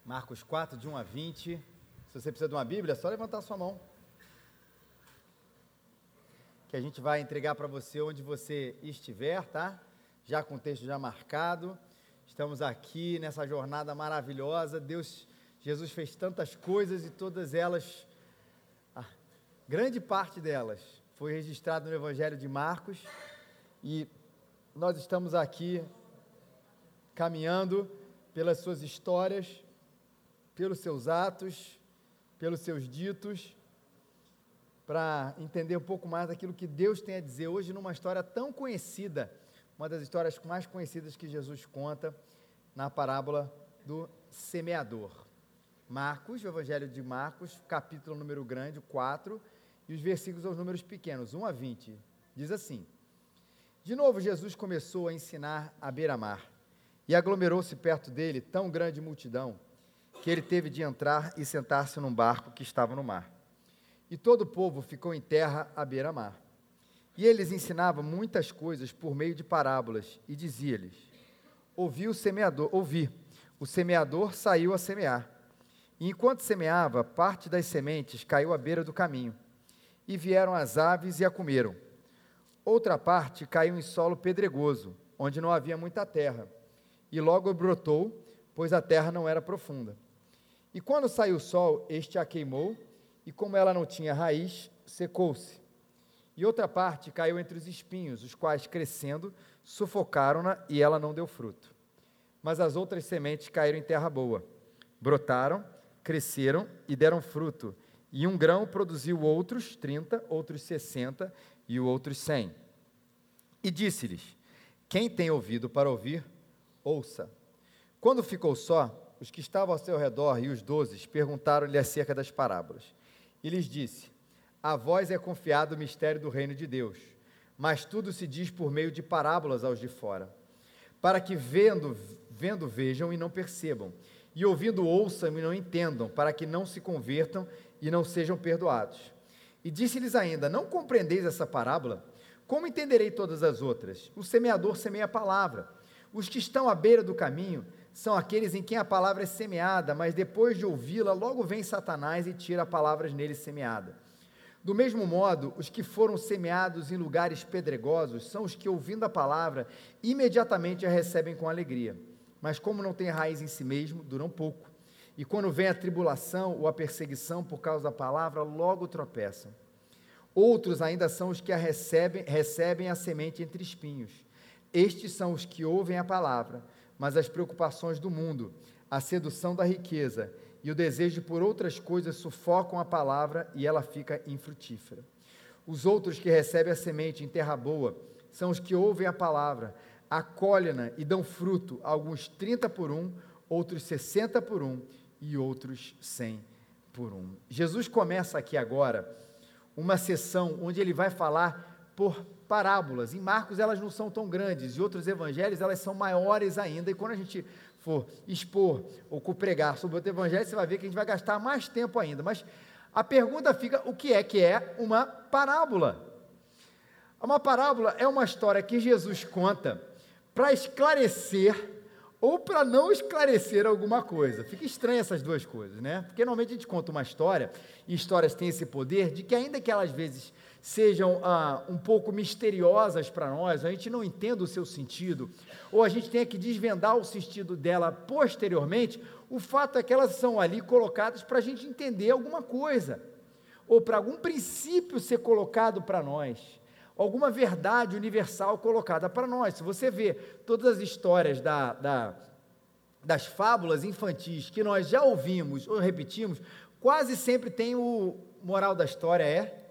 Marcos 4, de 1 a 20. Se você precisa de uma Bíblia, é só levantar a sua mão, que a gente vai entregar para você onde você estiver, tá? Já com o texto já marcado. Estamos aqui nessa jornada maravilhosa. Jesus fez tantas coisas e todas elas, grande parte delas, foi registrado no Evangelho de Marcos. E nós estamos aqui caminhando pelas suas histórias, pelos seus atos, pelos seus ditos, para entender um pouco mais daquilo que Deus tem a dizer hoje numa história tão conhecida, uma das histórias mais conhecidas que Jesus conta na parábola do semeador. Marcos, o Evangelho de Marcos, capítulo número grande, 4, e os versículos aos números pequenos, 1 a 20, diz assim: De novo Jesus começou a ensinar à beira-mar, e aglomerou-se perto dele tão grande multidão, que ele teve de entrar e sentar-se num barco que estava no mar. E todo o povo ficou em terra à beira-mar. E ele lhes ensinava muitas coisas por meio de parábolas, e dizia-lhes: Ouvi, o semeador saiu a semear. E enquanto semeava, parte das sementes caiu à beira do caminho, e vieram as aves e a comeram. Outra parte caiu em solo pedregoso, onde não havia muita terra, e logo brotou, pois a terra não era profunda. E quando saiu o sol, este a queimou, e como ela não tinha raiz, secou-se. E outra parte caiu entre os espinhos, os quais, crescendo, sufocaram-na, e ela não deu fruto. Mas as outras sementes caíram em terra boa, brotaram, cresceram e deram fruto, e um grão produziu outros 30, outros 60 e outros 100. E disse-lhes: Quem tem ouvido para ouvir, ouça. Quando ficou só, os que estavam ao seu redor e os 12 perguntaram-lhe acerca das parábolas. E lhes disse: A vós é confiado o mistério do reino de Deus, mas tudo se diz por meio de parábolas aos de fora, para que vendo vejam e não percebam, e ouvindo ouçam e não entendam, para que não se convertam e não sejam perdoados. E disse-lhes ainda: Não compreendeis essa parábola? Como entenderei todas as outras? O semeador semeia a palavra. Os que estão à beira do caminho são aqueles em quem a palavra é semeada, mas depois de ouvi-la, logo vem Satanás e tira palavras nele semeada. Do mesmo modo, os que foram semeados em lugares pedregosos são os que, ouvindo a palavra, imediatamente a recebem com alegria. Mas como não têm raiz em si mesmo, duram pouco. E quando vem a tribulação ou a perseguição por causa da palavra, logo tropeçam. Outros ainda são os que recebem a semente entre espinhos. Estes são os que ouvem a palavra, mas as preocupações do mundo, a sedução da riqueza e o desejo por outras coisas sufocam a palavra e ela fica infrutífera. Os outros que recebem a semente em terra boa são os que ouvem a palavra, acolhem-na e dão fruto, alguns 30 por 1, outros 60 por 1 e outros 100 por 1. Jesus começa aqui agora uma sessão onde ele vai falar por parábolas. Em Marcos elas não são tão grandes, e outros evangelhos elas são maiores ainda, e quando a gente for expor ou pregar sobre outro evangelho, você vai ver que a gente vai gastar mais tempo ainda, mas a pergunta fica: o que é uma parábola? Uma parábola é uma história que Jesus conta para esclarecer ou para não esclarecer alguma coisa. Fica estranho essas duas coisas, né? Porque normalmente a gente conta uma história, e histórias têm esse poder de que, ainda que elas às vezes sejam um pouco misteriosas para nós, a gente não entenda o seu sentido, ou a gente tenha que desvendar o sentido dela posteriormente, o fato é que elas são ali colocadas para a gente entender alguma coisa, ou para algum princípio ser colocado para nós, alguma verdade universal colocada para nós. Se você vê todas as histórias das fábulas infantis que nós já ouvimos ou repetimos, quase sempre tem o moral da história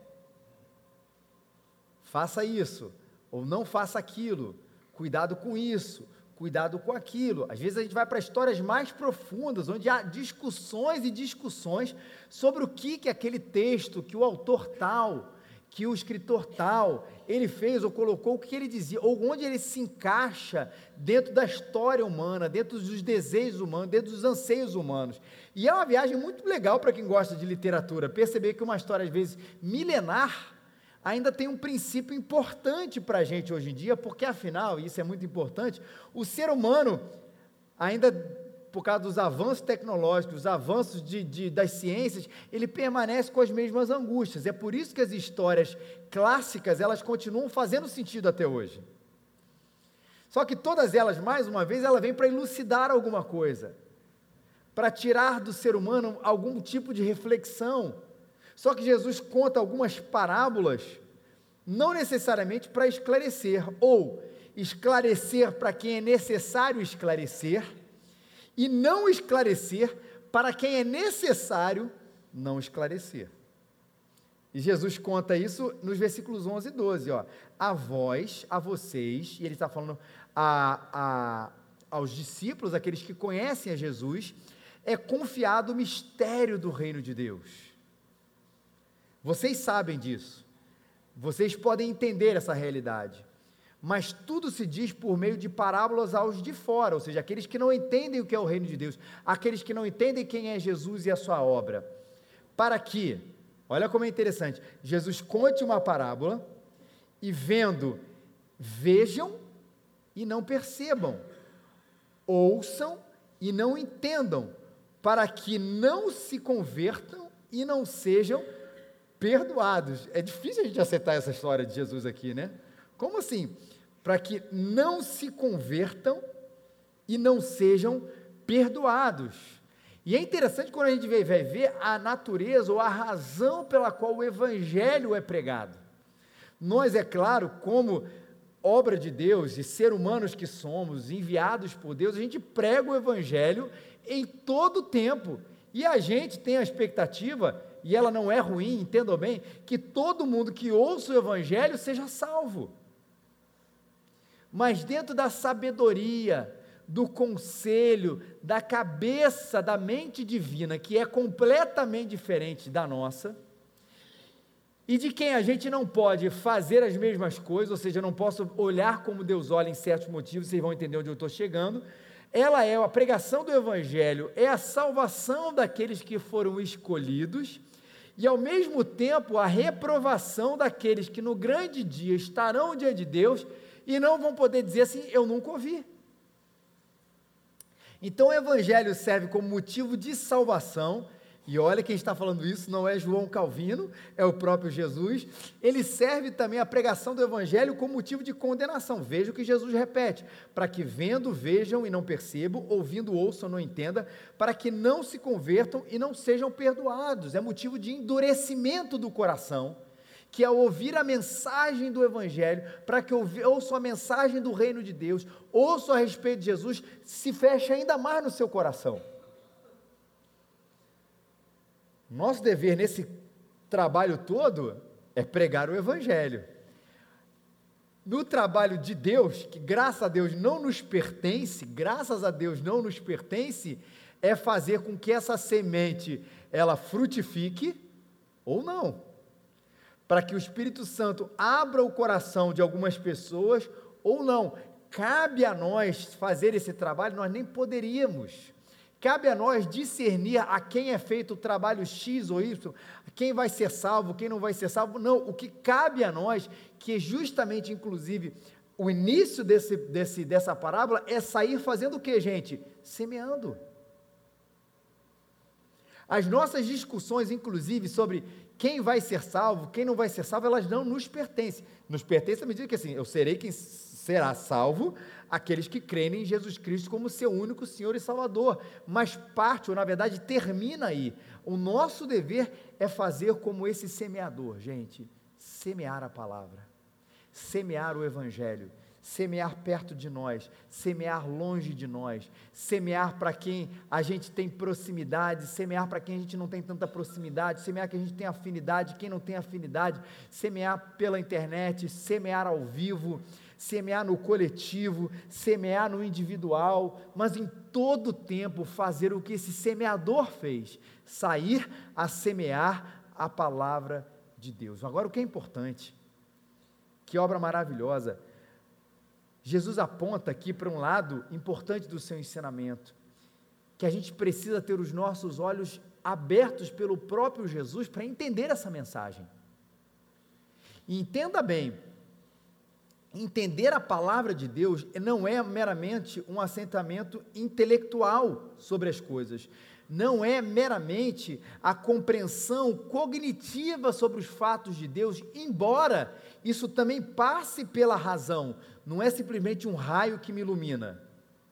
faça isso, ou não faça aquilo, cuidado com isso, cuidado com aquilo. Às vezes a gente vai para histórias mais profundas, onde há discussões e discussões sobre o que aquele texto, que o autor tal, que o escritor tal, ele fez ou colocou, o que ele dizia, ou onde ele se encaixa dentro da história humana, dentro dos desejos humanos, dentro dos anseios humanos. E é uma viagem muito legal para quem gosta de literatura, perceber que uma história às vezes milenar, ainda tem um princípio importante para a gente hoje em dia, porque afinal, e isso é muito importante, o ser humano ainda por causa dos avanços tecnológicos, os avanços das ciências, ele permanece com as mesmas angústias. É por isso que as histórias clássicas, elas continuam fazendo sentido até hoje. Só que todas elas, mais uma vez, ela vem para elucidar alguma coisa, para tirar do ser humano algum tipo de reflexão. Só que Jesus conta algumas parábolas, não necessariamente para esclarecer, ou esclarecer para quem é necessário esclarecer, e não esclarecer para quem é necessário não esclarecer. E Jesus conta isso nos versículos 11 e 12, ó. A vós, a vocês, e ele está falando aos discípulos, aqueles que conhecem a Jesus, é confiado o mistério do reino de Deus. Vocês sabem disso, vocês podem entender essa realidade, mas tudo se diz por meio de parábolas aos de fora, ou seja, aqueles que não entendem o que é o reino de Deus, aqueles que não entendem quem é Jesus e a sua obra, para que, olha como é interessante, Jesus conte uma parábola, e vendo, vejam e não percebam, ouçam e não entendam, para que não se convertam e não sejam perdoados. É difícil a gente aceitar essa história de Jesus aqui, né? Como assim? Para que não se convertam e não sejam perdoados. E é interessante quando a gente vai ver a natureza ou a razão pela qual o Evangelho é pregado. Nós, é claro, como obra de Deus e ser humanos que somos, enviados por Deus, a gente prega o Evangelho em todo o tempo. E a gente tem a expectativa, e ela não é ruim, entendam bem, que todo mundo que ouça o Evangelho seja salvo. Mas dentro da sabedoria, do conselho, da cabeça, da mente divina, que é completamente diferente da nossa, e de quem a gente não pode fazer as mesmas coisas, ou seja, eu não posso olhar como Deus olha em certos motivos, vocês vão entender onde eu estou chegando, ela é a pregação do Evangelho, é a salvação daqueles que foram escolhidos, e ao mesmo tempo a reprovação daqueles que no grande dia estarão diante de Deus, e não vão poder dizer assim, eu nunca ouvi. Então o Evangelho serve como motivo de salvação, e olha quem está falando isso, não é João Calvino, é o próprio Jesus, ele serve também a pregação do Evangelho como motivo de condenação. Veja o que Jesus repete, para que vendo, vejam e não percebam, ouvindo, ouçam, não entendam, para que não se convertam e não sejam perdoados, é motivo de endurecimento do coração, que ao ouvir a mensagem do Evangelho, para que ouçam a mensagem do reino de Deus, ouçam a respeito de Jesus, se feche ainda mais no seu coração. Nosso dever nesse trabalho todo é pregar o Evangelho. No trabalho de Deus, que graças a Deus não nos pertence, é fazer com que essa semente, ela frutifique ou não. Para que o Espírito Santo abra o coração de algumas pessoas ou não. Cabe a nós fazer esse trabalho, nós nem poderíamos. Cabe a nós discernir a quem é feito o trabalho X ou Y, quem vai ser salvo, quem não vai ser salvo. Não, o que cabe a nós, que é justamente, inclusive, o início dessa parábola, é sair fazendo o que, gente? Semeando. As nossas discussões, inclusive, sobre quem vai ser salvo, quem não vai ser salvo, elas não nos pertencem. Nos pertence à medida que, assim, eu serei quem será salvo, aqueles que creem em Jesus Cristo como seu único Senhor e Salvador, mas parte, ou na verdade termina aí, o nosso dever é fazer como esse semeador, gente, semear a palavra, semear o Evangelho, semear perto de nós, semear longe de nós, semear para quem a gente tem proximidade, semear para quem a gente não tem tanta proximidade, semear quem a gente tem afinidade, quem não tem afinidade, semear pela internet, semear ao vivo, semear no coletivo, semear no individual, mas em todo tempo fazer o que esse semeador fez, sair a semear a palavra de Deus. Agora o que é importante, que obra maravilhosa, Jesus aponta aqui para um lado importante do seu ensinamento, que a gente precisa ter os nossos olhos abertos pelo próprio Jesus para entender essa mensagem. E entenda bem, entender a palavra de Deus não é meramente um assentamento intelectual sobre as coisas, não é meramente a compreensão cognitiva sobre os fatos de Deus, embora isso também passe pela razão, não é simplesmente um raio que me ilumina.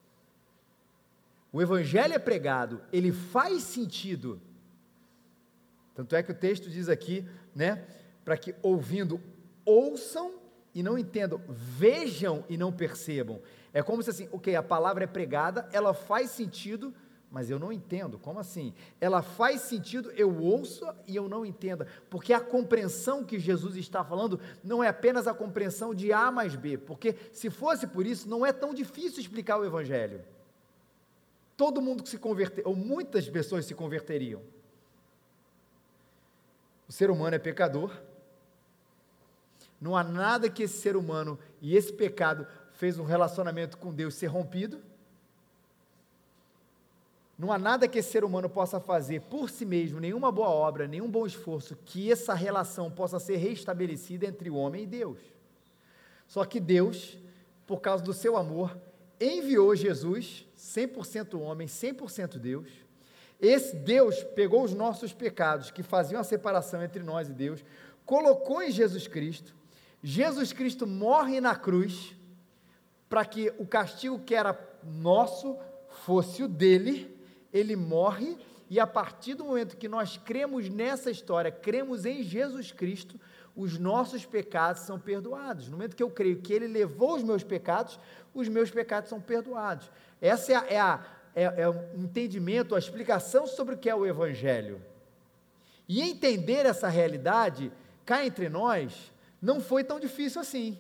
O evangelho é pregado, ele faz sentido. Tanto é que o texto diz aqui, né, para que ouvindo, ouçam e não entendam, vejam e não percebam. É como se assim, ok, a palavra é pregada, ela faz sentido, mas eu não entendo. Como assim? Ela faz sentido, eu ouço e eu não entendo, porque a compreensão que Jesus está falando não é apenas a compreensão de A mais B, porque se fosse por isso, não é tão difícil explicar o evangelho. Todo mundo que se converter, ou muitas pessoas se converteriam. O ser humano é pecador, não há nada que esse ser humano e esse pecado fez um relacionamento com Deus ser rompido, não há nada que esse ser humano possa fazer por si mesmo, nenhuma boa obra, nenhum bom esforço, que essa relação possa ser restabelecida entre o homem e Deus. Só que Deus, por causa do seu amor, enviou Jesus, 100% homem, 100% Deus. Esse Deus pegou os nossos pecados, que faziam a separação entre nós e Deus, colocou em Jesus Cristo. Jesus Cristo morre na cruz, para que o castigo que era nosso fosse o dele. Ele morre, e a partir do momento que nós cremos nessa história, cremos em Jesus Cristo, os nossos pecados são perdoados. No momento que eu creio que ele levou os meus pecados são perdoados. Essa é o entendimento, a explicação sobre o que é o evangelho. E entender essa realidade, cá entre nós, não foi tão difícil assim.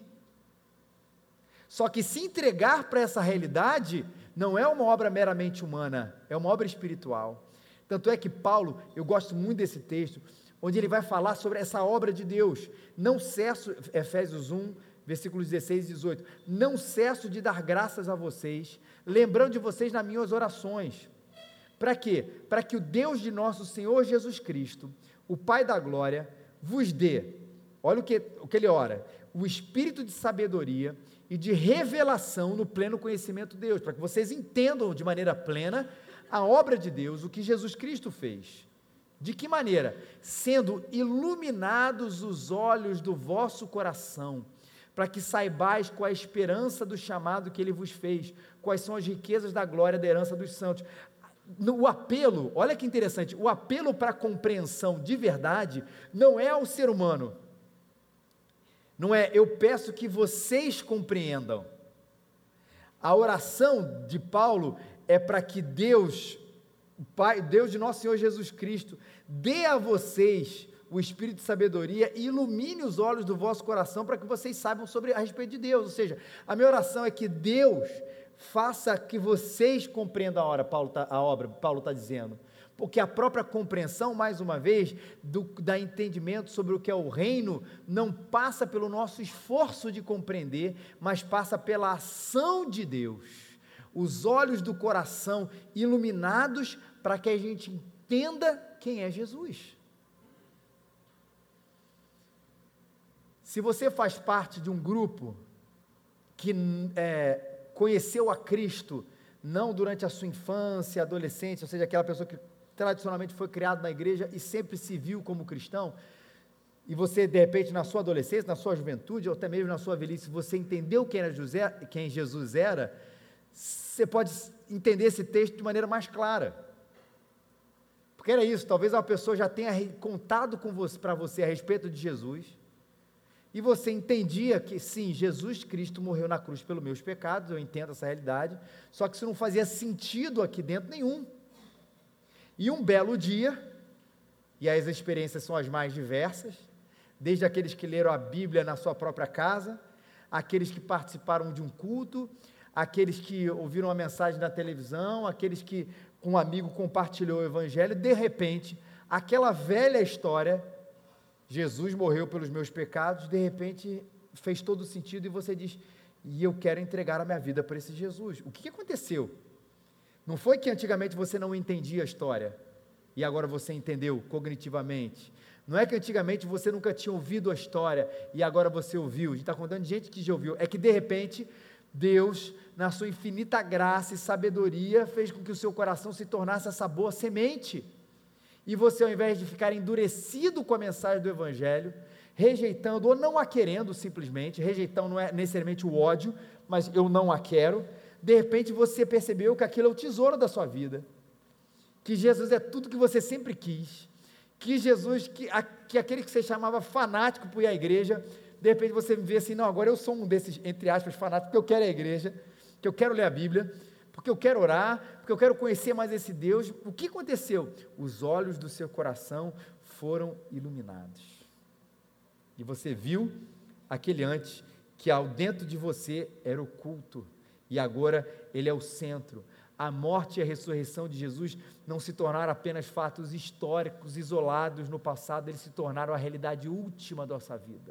Só que se entregar para essa realidade não é uma obra meramente humana, é uma obra espiritual. Tanto é que Paulo, eu gosto muito desse texto, onde ele vai falar sobre essa obra de Deus. Não cesso, Efésios 1, versículos 16 e 18, não cesso de dar graças a vocês, lembrando de vocês nas minhas orações. Para quê? Para que o Deus de nosso Senhor Jesus Cristo, o Pai da glória, vos dê, olha o que ele ora, o espírito de sabedoria e de revelação no pleno conhecimento de Deus, para que vocês entendam de maneira plena a obra de Deus, o que Jesus Cristo fez. De que maneira? Sendo iluminados os olhos do vosso coração, para que saibais qual a esperança do chamado que ele vos fez, quais são as riquezas da glória da herança dos santos. O apelo, olha que interessante, o apelo para a compreensão de verdade não é ao ser humano, não é eu peço que vocês compreendam. A oração de Paulo é para que Deus, o Pai, Deus de nosso Senhor Jesus Cristo, dê a vocês o espírito de sabedoria e ilumine os olhos do vosso coração para que vocês saibam a respeito de Deus. Ou seja, a minha oração é que Deus faça que vocês compreendam a obra, Paulo está dizendo, porque a própria compreensão, mais uma vez, da entendimento sobre o que é o reino, não passa pelo nosso esforço de compreender, mas passa pela ação de Deus, os olhos do coração iluminados para que a gente entenda quem é Jesus. Se você faz parte de um grupo que conheceu a Cristo, não durante a sua infância, adolescência, ou seja, aquela pessoa que tradicionalmente foi criado na igreja e sempre se viu como cristão, e você de repente na sua adolescência, na sua juventude, ou até mesmo na sua velhice, você entendeu quem Jesus era, você pode entender esse texto de maneira mais clara, porque era isso, talvez uma pessoa já tenha contado para você a respeito de Jesus, e você entendia que sim, Jesus Cristo morreu na cruz pelos meus pecados, eu entendo essa realidade, só que isso não fazia sentido aqui dentro nenhum. E um belo dia, e as experiências são as mais diversas, desde aqueles que leram a Bíblia na sua própria casa, aqueles que participaram de um culto, aqueles que ouviram uma mensagem na televisão, aqueles que um amigo compartilhou o evangelho, de repente, aquela velha história, Jesus morreu pelos meus pecados, de repente fez todo sentido e você diz, e eu quero entregar a minha vida para esse Jesus. O que aconteceu? Não foi que antigamente você não entendia a história, e agora você entendeu cognitivamente. Não é que antigamente você nunca tinha ouvido a história e agora você ouviu. A gente está contando de gente que já ouviu. É que de repente Deus, na sua infinita graça e sabedoria, fez com que o seu coração se tornasse essa boa semente. E você, ao invés de ficar endurecido com a mensagem do Evangelho, rejeitando ou não a querendo simplesmente, rejeitando não é necessariamente o ódio, mas eu não a quero, de repente você percebeu que aquilo é o tesouro da sua vida, que Jesus é tudo que você sempre quis, que Jesus, que aquele que você chamava fanático por ir à igreja, de repente você vê assim, não, agora eu sou um desses, entre aspas, fanáticos, porque eu quero ir à igreja, que eu quero ler a Bíblia, porque eu quero orar, porque eu quero conhecer mais esse Deus. O que aconteceu? Os olhos do seu coração foram iluminados, e você viu aquele antes, que ao dentro de você era oculto, e agora ele é o centro. A morte e a ressurreição de Jesus não se tornaram apenas fatos históricos, isolados no passado, eles se tornaram a realidade última da nossa vida.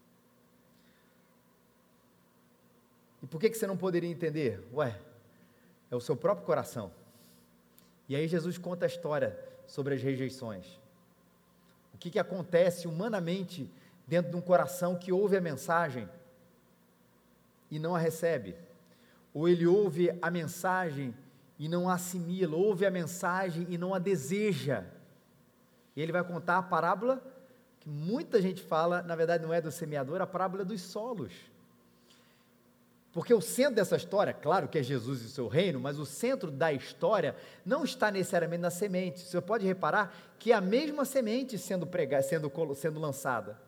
E por que você não poderia entender? É o seu próprio coração. E aí Jesus conta a história sobre as rejeições. O que acontece humanamente dentro de um coração que ouve a mensagem e não a recebe? Ou ele ouve a mensagem e não a assimila, ouve a mensagem e não a deseja. E ele vai contar a parábola que muita gente fala, na verdade não é do semeador, a parábola dos solos. Porque o centro dessa história, claro que é Jesus e o seu reino, mas o centro da história não está necessariamente na semente. Você pode reparar que é a mesma semente sendo lançada.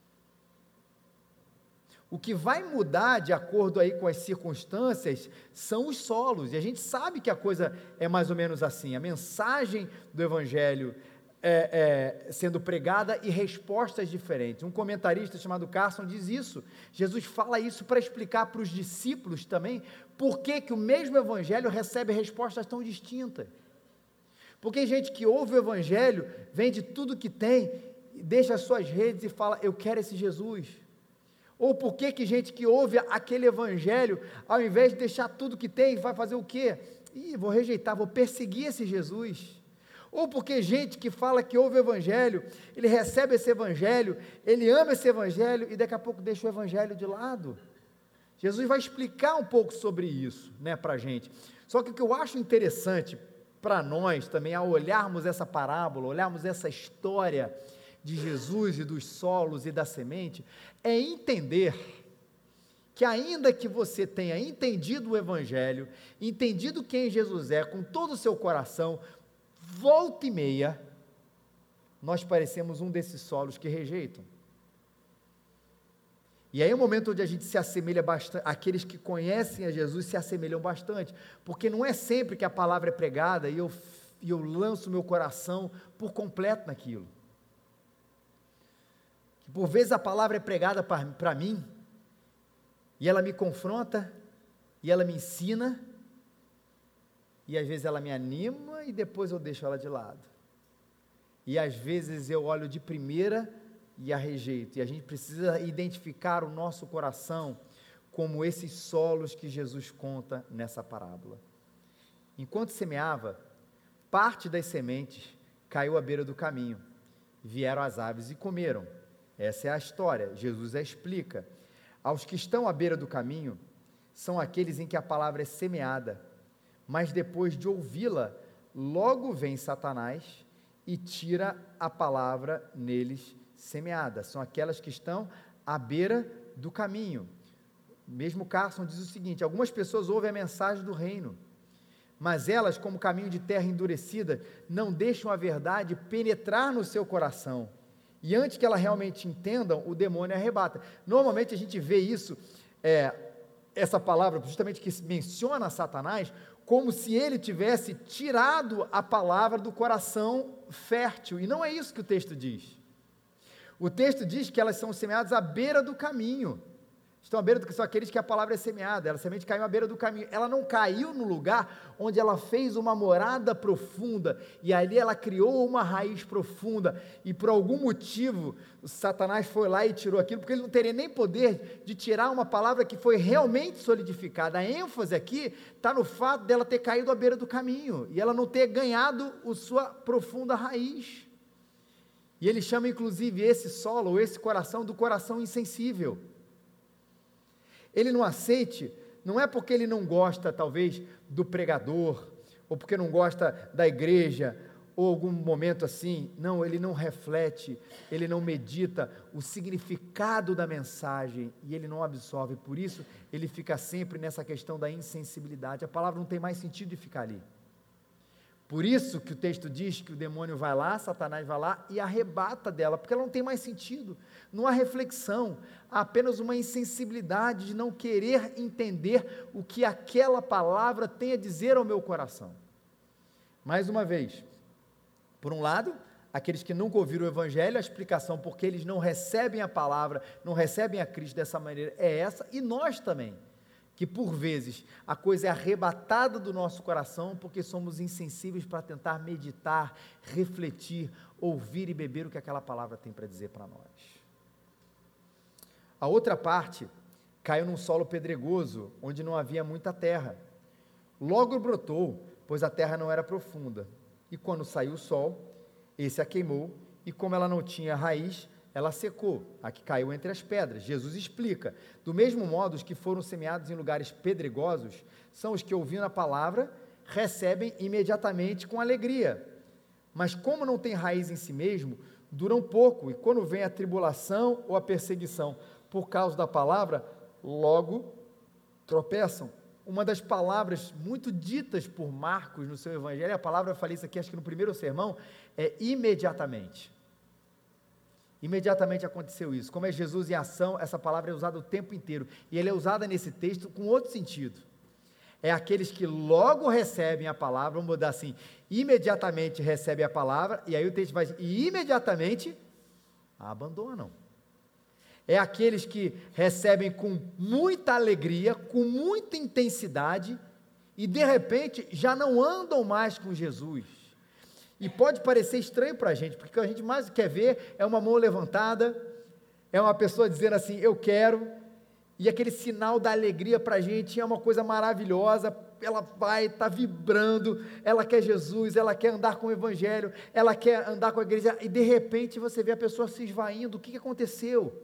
O que vai mudar de acordo aí com as circunstâncias são os solos, e a gente sabe que a coisa é mais ou menos assim, a mensagem do Evangelho sendo pregada e respostas diferentes. Um comentarista chamado Carson diz isso, Jesus fala isso para explicar para os discípulos também, por que o mesmo Evangelho recebe respostas tão distintas. Porque gente que ouve o Evangelho, vende tudo que tem, deixa as suas redes e fala, eu quero esse Jesus. Ou por que gente que ouve aquele Evangelho, ao invés de deixar tudo que tem, vai fazer o quê? Vou rejeitar, vou perseguir esse Jesus. Ou porque gente que fala que ouve o Evangelho, ele recebe esse Evangelho, ele ama esse Evangelho e daqui a pouco deixa o Evangelho de lado. Jesus vai explicar um pouco sobre isso, para a gente. Só que o que eu acho interessante para nós também, ao olharmos essa parábola, olharmos essa história de Jesus e dos solos e da semente, é entender que ainda que você tenha entendido o Evangelho, entendido quem Jesus é, com todo o seu coração, volta e meia, nós parecemos um desses solos que rejeitam. E aí é o momento onde a gente se assemelha bastante, aqueles que conhecem a Jesus se assemelham bastante, porque não é sempre que a palavra é pregada e eu lanço meu coração por completo naquilo. Por vezes a palavra é pregada para mim, e ela me confronta, e ela me ensina, e às vezes ela me anima, e depois eu deixo ela de lado. E às vezes eu olho de primeira e a rejeito, e a gente precisa identificar o nosso coração como esses solos que Jesus conta nessa parábola. Enquanto semeava, parte das sementes caiu à beira do caminho, vieram as aves e comeram. Essa é a história, Jesus a explica. Aos que estão à beira do caminho, são aqueles em que a palavra é semeada, mas depois de ouvi-la, logo vem Satanás e tira a palavra neles semeada. São aquelas que estão à beira do caminho. Mesmo Carson diz o seguinte: algumas pessoas ouvem a mensagem do reino, mas elas, como caminho de terra endurecida, não deixam a verdade penetrar no seu coração. E antes que ela realmente entendam, o demônio arrebata. Normalmente a gente vê isso, essa palavra justamente que menciona Satanás, como se ele tivesse tirado a palavra do coração fértil. E não é isso que o texto diz. O texto diz que elas são semeadas à beira do caminho. Estão à beira do que são aqueles que a palavra é semeada. A semente caiu à beira do caminho. Ela não caiu no lugar onde ela fez uma morada profunda, e ali ela criou uma raiz profunda, e por algum motivo, Satanás foi lá e tirou aquilo, porque ele não teria nem poder de tirar uma palavra que foi realmente solidificada. A ênfase aqui está no fato dela ter caído à beira do caminho, e ela não ter ganhado a sua profunda raiz. E ele chama inclusive esse solo, ou esse coração, do coração insensível. Ele não aceite, não é porque ele não gosta, talvez, do pregador, ou porque não gosta da igreja, ou algum momento assim. Não, ele não reflete, ele não medita o significado da mensagem, e ele não absorve. Por isso, ele fica sempre nessa questão da insensibilidade. A palavra não tem mais sentido de ficar ali. Por isso que o texto diz que o demônio vai lá, Satanás vai lá e arrebata dela, porque ela não tem mais sentido, não há reflexão, há apenas uma insensibilidade de não querer entender o que aquela palavra tem a dizer ao meu coração. Mais uma vez, por um lado, aqueles que nunca ouviram o Evangelho, a explicação porque eles não recebem a palavra, não recebem a Cristo dessa maneira é essa, e nós também, que por vezes a coisa é arrebatada do nosso coração, porque somos insensíveis para tentar meditar, refletir, ouvir e beber o que aquela palavra tem para dizer para nós. A outra parte caiu num solo pedregoso, onde não havia muita terra. Logo brotou, pois a terra não era profunda, e quando saiu o sol, esse a queimou, e como ela não tinha raiz, ela secou, a que caiu entre as pedras. Jesus explica: do mesmo modo, os que foram semeados em lugares pedregosos, são os que, ouvindo a palavra, recebem imediatamente com alegria, mas como não tem raiz em si mesmo, duram pouco, e quando vem a tribulação ou a perseguição por causa da palavra, logo tropeçam. Uma das palavras muito ditas por Marcos no seu evangelho, a palavra, eu falei isso aqui acho que no primeiro sermão, é imediatamente. Imediatamente aconteceu isso. Como é Jesus em ação, essa palavra é usada o tempo inteiro, e ela é usada nesse texto com outro sentido. É aqueles que logo recebem a palavra, vamos mudar assim, imediatamente recebem a palavra, e aí o texto vai dizer, e imediatamente a abandonam. É aqueles que recebem com muita alegria, com muita intensidade, e de repente já não andam mais com Jesus. E pode parecer estranho para a gente, porque o que a gente mais quer ver é uma mão levantada, é uma pessoa dizendo assim, eu quero, e aquele sinal da alegria para a gente é uma coisa maravilhosa, ela vai, está vibrando, ela quer Jesus, ela quer andar com o Evangelho, ela quer andar com a igreja, e de repente você vê a pessoa se esvaindo. O que aconteceu?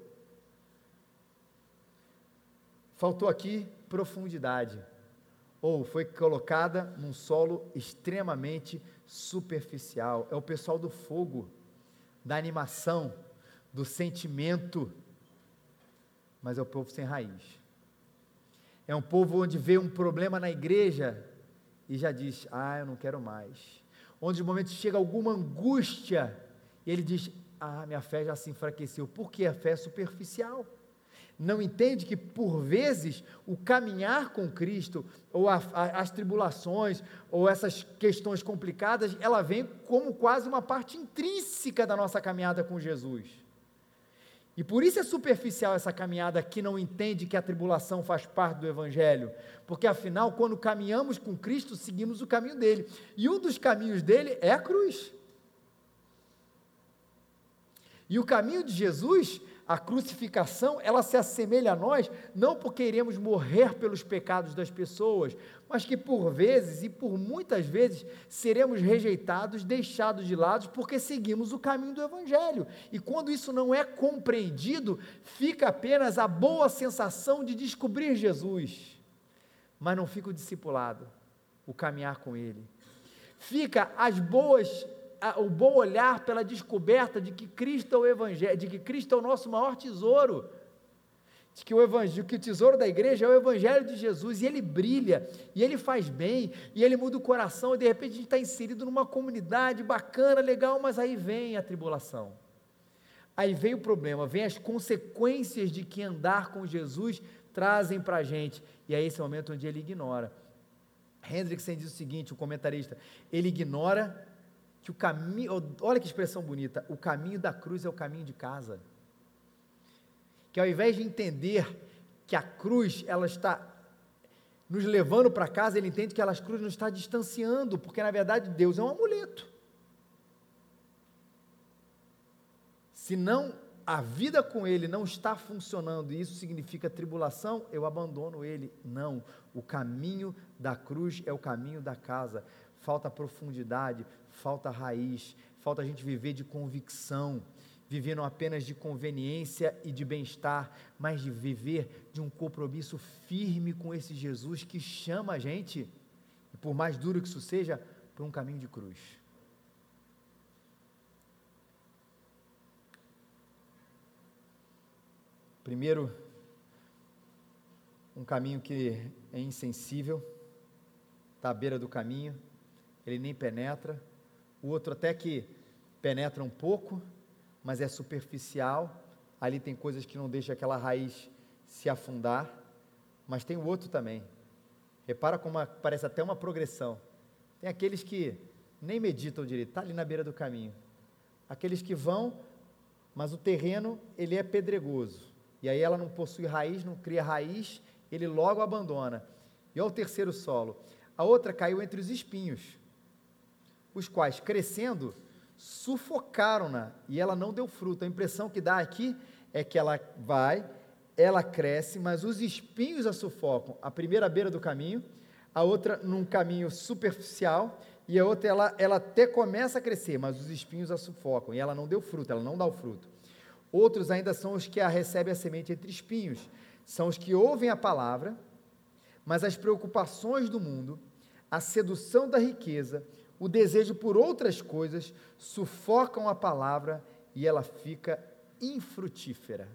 Faltou aqui profundidade, ou foi colocada num solo extremamente superficial. É o pessoal do fogo, da animação, do sentimento, mas é o povo sem raiz. É um povo onde vê um problema na igreja e já diz, eu não quero mais. Onde no momento chega alguma angústia, e ele diz, minha fé já se enfraqueceu, porque a fé é superficial. Não entende que por vezes o caminhar com Cristo, ou as tribulações, ou essas questões complicadas, ela vem como quase uma parte intrínseca da nossa caminhada com Jesus. E por isso é superficial essa caminhada que não entende que a tribulação faz parte do Evangelho, porque afinal, quando caminhamos com Cristo, seguimos o caminho dele, e um dos caminhos dele é a cruz. E o caminho de Jesus, a crucificação, ela se assemelha a nós, não porque iremos morrer pelos pecados das pessoas, mas que por vezes, e por muitas vezes, seremos rejeitados, deixados de lado, porque seguimos o caminho do Evangelho, e quando isso não é compreendido, fica apenas a boa sensação de descobrir Jesus, mas não fica o discipulado, o caminhar com Ele, fica o bom olhar pela descoberta de que Cristo é o Evangelho, de que Cristo é o nosso maior tesouro, de que o tesouro da igreja é o Evangelho de Jesus, e ele brilha, e ele faz bem, e ele muda o coração, e de repente a gente está inserido numa comunidade bacana, legal, mas aí vem a tribulação, aí vem o problema, vem as consequências de que andar com Jesus trazem para a gente, e é esse momento onde ele ignora. Hendrickson diz o seguinte, o comentarista, ele ignora que o caminho, olha que expressão bonita, o caminho da cruz é o caminho de casa, que ao invés de entender que a cruz, ela está nos levando para casa, ele entende que a cruz nos está distanciando, porque na verdade Deus é um amuleto. Se não, a vida com ele não está funcionando, e isso significa tribulação, eu abandono ele. Não, o caminho da cruz é o caminho da casa. Falta profundidade, falta raiz, falta a gente viver de convicção, viver não apenas de conveniência e de bem-estar, mas de viver de um compromisso firme com esse Jesus que chama a gente, e por mais duro que isso seja, para um caminho de cruz. Primeiro, um caminho que é insensível, está à beira do caminho, ele nem penetra. O outro até que penetra um pouco, mas é superficial, ali tem coisas que não deixam aquela raiz se afundar, mas tem o outro também. Repara como parece até uma progressão. Tem aqueles que nem meditam direito, está ali na beira do caminho. Aqueles que vão, mas o terreno, ele é pedregoso. E aí ela não possui raiz, não cria raiz, ele logo abandona. E olha o terceiro solo. A outra caiu entre os espinhos, os quais, crescendo, sufocaram-na, e ela não deu fruto. A impressão que dá aqui é que ela cresce, mas os espinhos a sufocam. A primeira à beira do caminho, a outra num caminho superficial, e a outra ela até começa a crescer, mas os espinhos a sufocam, e ela não deu fruto, ela não dá o fruto. Outros ainda são os que recebem a semente entre espinhos, são os que ouvem a palavra, mas as preocupações do mundo, a sedução da riqueza, o desejo por outras coisas, sufocam a palavra e ela fica infrutífera.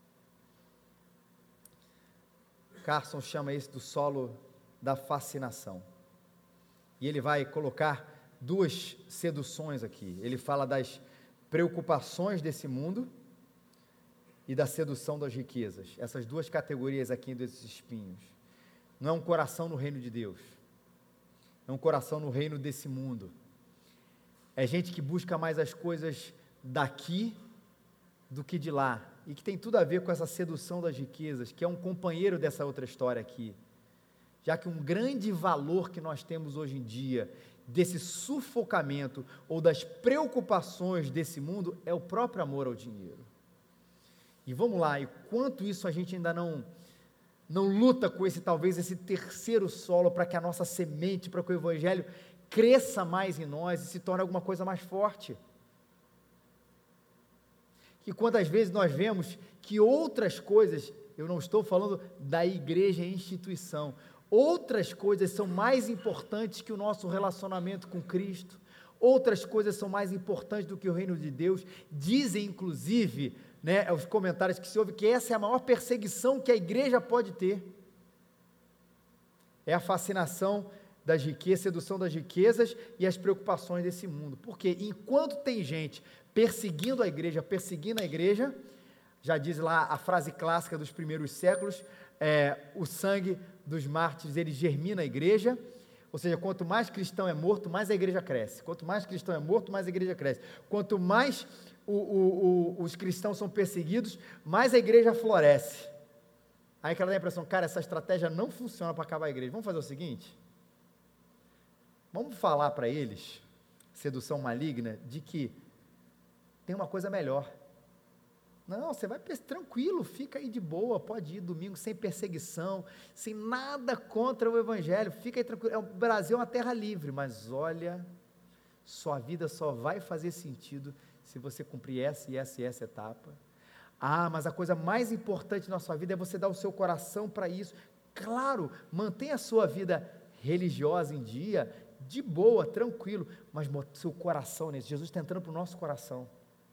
Carson chama isso do solo da fascinação. E ele vai colocar duas seduções aqui. Ele fala das preocupações desse mundo e da sedução das riquezas. Essas duas categorias aqui desses espinhos. Não é um coração no reino de Deus. É um coração no reino desse mundo. É gente que busca mais as coisas daqui do que de lá. E que tem tudo a ver com essa sedução das riquezas, que é um companheiro dessa outra história aqui. Já que um grande valor que nós temos hoje em dia, desse sufocamento ou das preocupações desse mundo, é o próprio amor ao dinheiro. E vamos lá, e quanto isso a gente ainda não luta com talvez esse terceiro solo, para que a nossa semente, para que o Evangelho cresça mais em nós e se torne alguma coisa mais forte. Que quantas vezes nós vemos que outras coisas, eu não estou falando da igreja e instituição, outras coisas são mais importantes que o nosso relacionamento com Cristo, outras coisas são mais importantes do que o reino de Deus. Dizem inclusive, os comentários que se ouve, que essa é a maior perseguição que a igreja pode ter, é a fascinação das riquezas, sedução das riquezas e as preocupações desse mundo. Porque enquanto tem gente perseguindo a igreja, já diz lá a frase clássica dos primeiros séculos, o sangue dos mártires, ele germina a igreja. Ou seja, quanto mais cristão é morto, mais a igreja cresce. Quanto mais cristão é morto, mais a igreja cresce. Quanto mais os cristãos são perseguidos, mais a igreja floresce. Aí que ela dá a impressão, cara, essa estratégia não funciona para acabar a igreja. Vamos fazer o seguinte? Vamos falar para eles, sedução maligna, de que tem uma coisa melhor. Não, você vai tranquilo, fica aí de boa, pode ir domingo sem perseguição, sem nada contra o Evangelho, fica aí tranquilo. O Brasil é uma terra livre, mas olha, sua vida só vai fazer sentido se você cumprir essa e essa e essa etapa. Mas a coisa mais importante na sua vida é você dar o seu coração para isso. Claro, mantenha a sua vida religiosa em dia, de boa, tranquilo, mas seu coração nisso. Jesus está entrando para o nosso coração.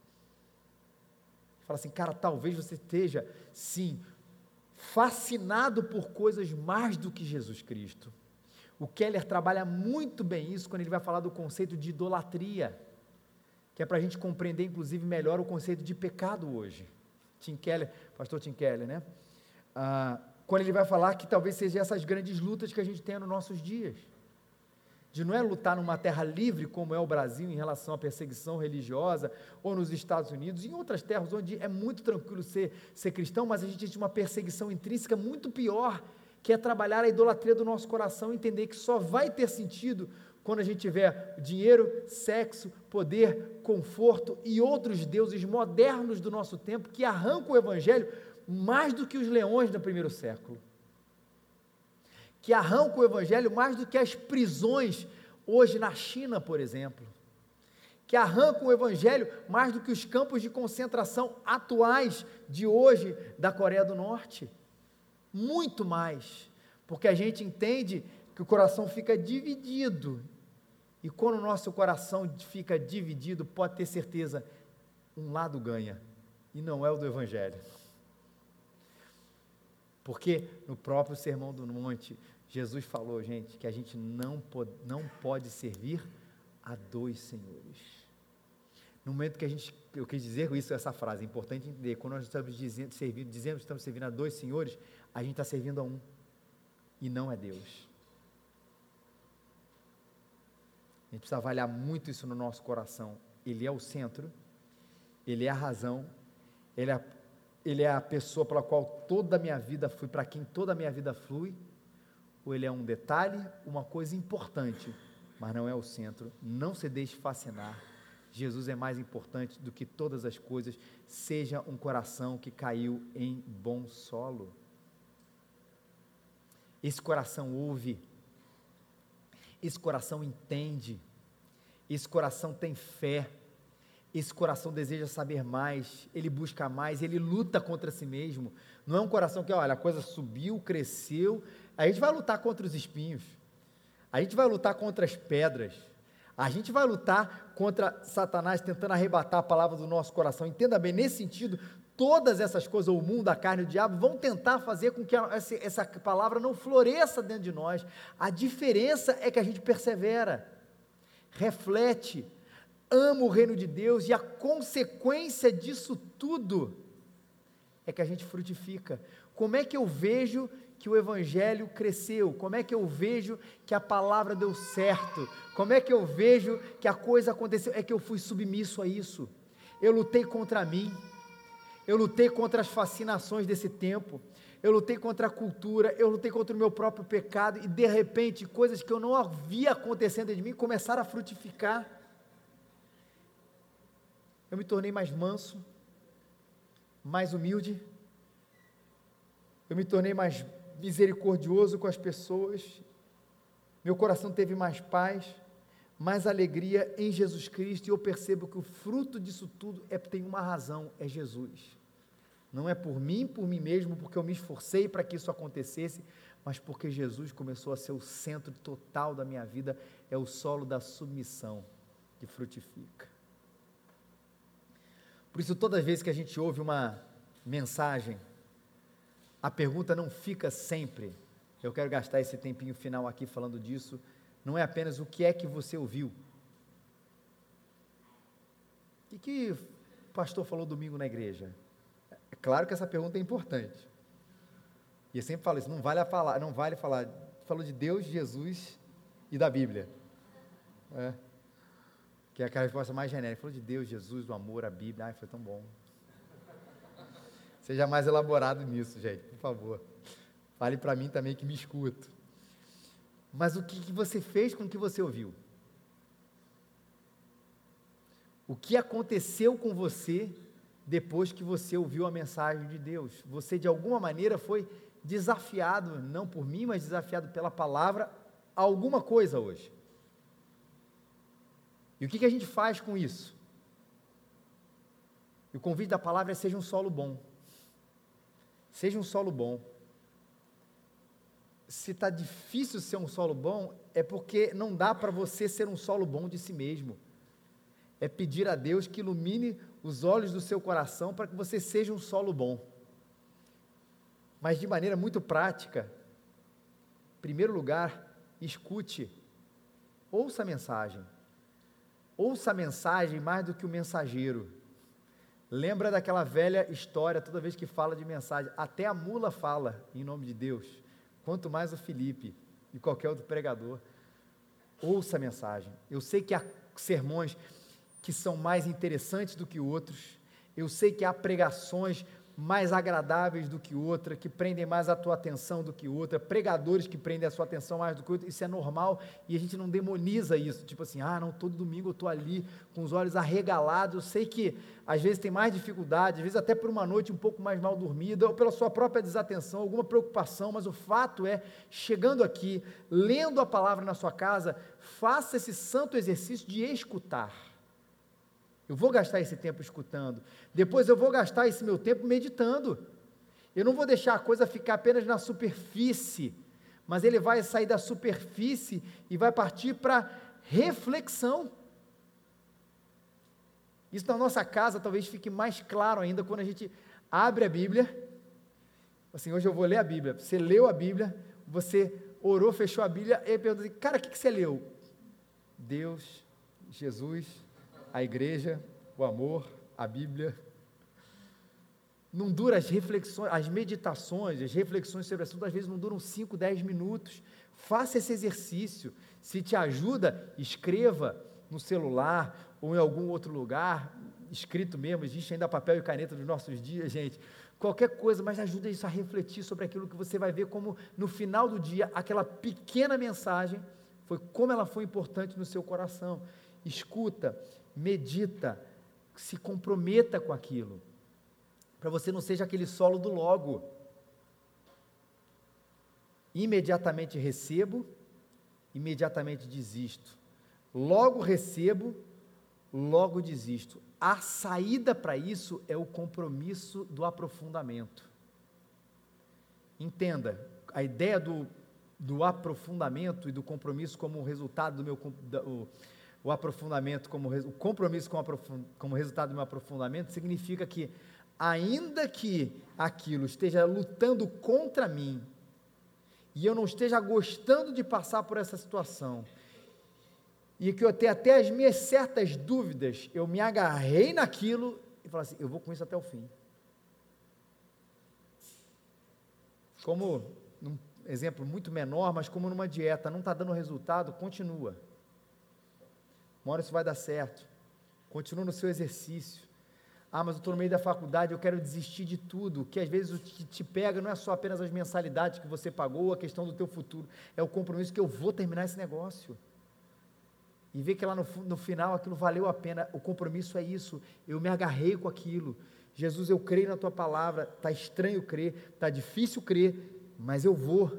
Fala assim, cara, talvez você esteja, sim, fascinado por coisas mais do que Jesus Cristo. O Keller trabalha muito bem isso quando ele vai falar do conceito de idolatria, que é para a gente compreender, inclusive, melhor o conceito de pecado hoje. Pastor Tim Keller, né? Quando ele vai falar que talvez sejam essas grandes lutas que a gente tem nos nossos dias. de não é lutar numa terra livre, como é o Brasil, em relação à perseguição religiosa, ou nos Estados Unidos, em outras terras onde é muito tranquilo ser cristão, mas a gente tem uma perseguição intrínseca muito pior, que é trabalhar a idolatria do nosso coração, entender que só vai ter sentido quando a gente tiver dinheiro, sexo, poder, conforto e outros deuses modernos do nosso tempo, que arrancam o evangelho mais do que os leões do primeiro século, que arrancam o evangelho mais do que as prisões hoje na China, por exemplo, que arrancam o evangelho mais do que os campos de concentração atuais de hoje da Coreia do Norte, muito mais, porque a gente entende que o coração fica dividido, e quando o nosso coração fica dividido, pode ter certeza, um lado ganha, e não é o do evangelho, porque no próprio Sermão do Monte, Jesus falou, gente, que a gente não pode servir a dois senhores. No momento que eu quis dizer com isso, essa frase, é importante entender, quando nós estamos dizendo que estamos servindo a dois senhores, a gente está servindo a um, e não é Deus. A gente precisa avaliar muito isso no nosso coração. Ele é o centro, Ele é a razão, Ele é a pessoa pela qual toda a minha vida flui, para quem toda a minha vida flui, ou Ele é um detalhe, uma coisa importante, mas não é o centro. Não se deixe fascinar. Jesus é mais importante do que todas as coisas. Seja um coração que caiu em bom solo. Esse coração ouve, esse coração entende, esse coração tem fé, esse coração deseja saber mais, ele busca mais, ele luta contra si mesmo. Não é um coração que, olha, a coisa subiu, cresceu, a gente vai lutar contra os espinhos, a gente vai lutar contra as pedras, a gente vai lutar contra Satanás tentando arrebatar a palavra do nosso coração. Entenda bem, nesse sentido, todas essas coisas, o mundo, a carne, o diabo, vão tentar fazer com que essa palavra não floresça dentro de nós. A diferença é que a gente persevera, reflete, ama o reino de Deus, e a consequência disso tudo é que a gente frutifica. Como é que eu vejo que o evangelho cresceu? Como é que eu vejo que a palavra deu certo? Como é que eu vejo que a coisa aconteceu? É que eu fui submisso a isso, eu lutei contra mim, eu lutei contra as fascinações desse tempo, eu lutei contra a cultura, eu lutei contra o meu próprio pecado, e de repente, coisas que eu não havia acontecendo em mim, começaram a frutificar. Eu me tornei mais manso, mais humilde, eu me tornei mais misericordioso com as pessoas, meu coração teve mais paz, mais alegria em Jesus Cristo, e eu percebo que o fruto disso tudo tem uma razão, é Jesus. Não é por mim mesmo, porque eu me esforcei para que isso acontecesse, mas porque Jesus começou a ser o centro total da minha vida, é o solo da submissão que frutifica. Por isso, todas as vezes que a gente ouve uma mensagem, a pergunta não fica sempre, eu quero gastar esse tempinho final aqui falando disso, não é apenas o que é que você ouviu. O que o pastor falou domingo na igreja? É claro que essa pergunta é importante. E eu sempre falo isso, não vale falar, falou de Deus, Jesus e da Bíblia. Que é aquela resposta mais genérica, falou de Deus, Jesus, do amor, a Bíblia, foi tão bom. Seja mais elaborado nisso, gente, por favor. Fale para mim também que me escuto. Mas o que você fez com o que você ouviu? O que aconteceu com você depois que você ouviu a mensagem de Deus? Você de alguma maneira foi desafiado, não por mim, mas desafiado pela palavra, a alguma coisa hoje. E o que a gente faz com isso? E o convite da palavra é: seja um solo bom. Seja um solo bom. Se está difícil ser um solo bom, é porque não dá para você ser um solo bom de si mesmo. É pedir a Deus que ilumine os olhos do seu coração para que você seja um solo bom. Mas de maneira muito prática, em primeiro lugar, escute, ouça a mensagem. Ouça a mensagem mais do que o mensageiro. Lembra daquela velha história, toda vez que fala de mensagem, até a mula fala em nome de Deus, quanto mais o Felipe e qualquer outro pregador. ouça a mensagem. Eu sei que há sermões que são mais interessantes do que outros, eu sei que há pregações mais agradáveis do que outra, que prendem mais a tua atenção do que outra, pregadores que prendem a sua atenção mais do que outra, isso é normal, e a gente não demoniza isso, tipo assim, não, todo domingo eu estou ali, com os olhos arregalados, eu sei que às vezes tem mais dificuldade, às vezes até por uma noite um pouco mais mal dormida, ou pela sua própria desatenção, alguma preocupação, mas o fato é, chegando aqui, lendo a palavra na sua casa, faça esse santo exercício de escutar. Eu vou gastar esse tempo escutando, depois eu vou gastar esse meu tempo meditando, eu não vou deixar a coisa ficar apenas na superfície, mas ele vai sair da superfície e vai partir para reflexão. Isso na nossa casa talvez fique mais claro ainda quando a gente abre a Bíblia, assim, hoje eu vou ler a Bíblia, você leu a Bíblia, você orou, fechou a Bíblia, e pergunta assim, cara, o que você leu? Deus, Jesus, a igreja, o amor, a Bíblia. Não dura as reflexões, as meditações, as reflexões sobre o assunto, às vezes não duram 5, 10 minutos. Faça esse exercício. Se te ajuda, escreva no celular ou em algum outro lugar, escrito mesmo, existe ainda papel e caneta nos nossos dias, gente. Qualquer coisa, mas ajuda isso a refletir sobre aquilo que você vai ver como no final do dia, aquela pequena mensagem, foi como ela foi importante no seu coração. Escuta, medita, se comprometa com aquilo, para você não seja aquele solo do logo, imediatamente recebo, imediatamente desisto, logo recebo, logo desisto. A saída para isso é o compromisso do aprofundamento. Entenda, a ideia do aprofundamento e do compromisso como resultado do meu o aprofundamento, o compromisso como resultado do meu aprofundamento, significa que, ainda que aquilo esteja lutando contra mim, e eu não esteja gostando de passar por essa situação, e que eu tenho até as minhas certas dúvidas, eu me agarrei naquilo, e falo assim, eu vou com isso até o fim. Como, num exemplo muito menor, mas como numa dieta, não está dando resultado, continua. Uma hora isso vai dar certo, continua no seu exercício. Mas eu estou no meio da faculdade, eu quero desistir de tudo, que às vezes o que te pega não é só apenas as mensalidades que você pagou, a questão do teu futuro, é o compromisso que eu vou terminar esse negócio, e ver que lá no final aquilo valeu a pena. O compromisso é isso, eu me agarrei com aquilo. Jesus, eu creio na tua palavra, está estranho crer, está difícil crer, mas eu vou,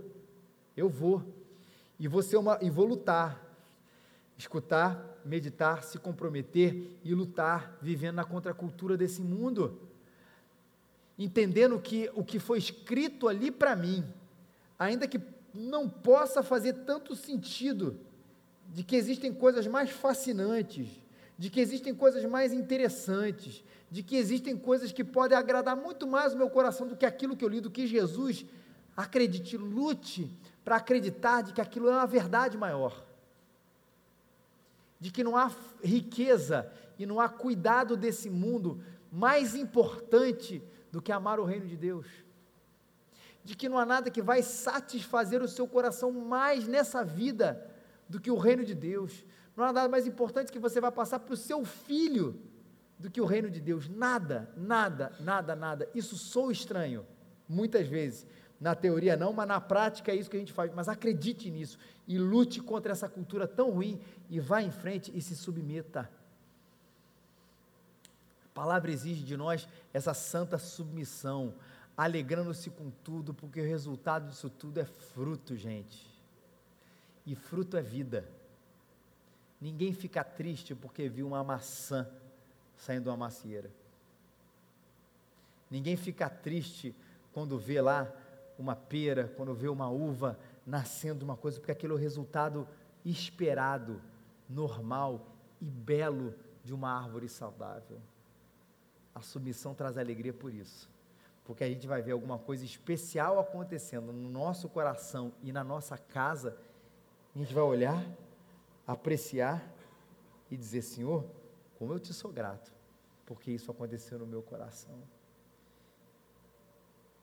e vou lutar, escutar, meditar, se comprometer e lutar, vivendo na contracultura desse mundo, entendendo que o que foi escrito ali para mim, ainda que não possa fazer tanto sentido, de que existem coisas mais fascinantes, de que existem coisas mais interessantes, de que existem coisas que podem agradar muito mais o meu coração do que aquilo que eu li, do que Jesus. Acredite, lute para acreditar de que aquilo é uma verdade maior, de que não há riqueza e não há cuidado desse mundo mais importante do que amar o reino de Deus, de que não há nada que vai satisfazer o seu coração mais nessa vida do que o reino de Deus, não há nada mais importante que você vai passar para o seu filho do que o reino de Deus. Nada, isso soa estranho, muitas vezes, na teoria não, mas na prática é isso que a gente faz. Mas acredite nisso, e lute contra essa cultura tão ruim, e vá em frente e se submeta. A palavra exige de nós essa santa submissão, alegrando-se com tudo, porque o resultado disso tudo é fruto, gente, e fruto é vida. Ninguém fica triste porque viu uma maçã saindo de uma macieira, ninguém fica triste quando vê lá uma pera, quando vê uma uva nascendo uma coisa, porque aquele é o resultado esperado, normal e belo de uma árvore saudável. A submissão traz alegria por isso, porque a gente vai ver alguma coisa especial acontecendo no nosso coração e na nossa casa, a gente vai olhar, apreciar e dizer, Senhor, como eu te sou grato, porque isso aconteceu no meu coração.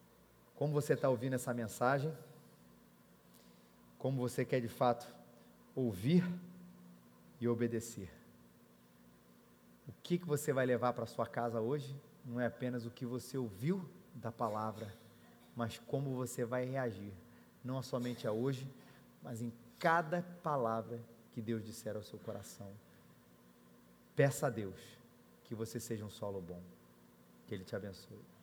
Como você está ouvindo essa mensagem? Como você quer de fato ouvir e obedecer. O que você vai levar para a sua casa hoje não é apenas o que você ouviu da palavra, mas como você vai reagir, não somente a hoje, mas em cada palavra que Deus disser ao seu coração. Peça a Deus que você seja um solo bom. Que Ele te abençoe.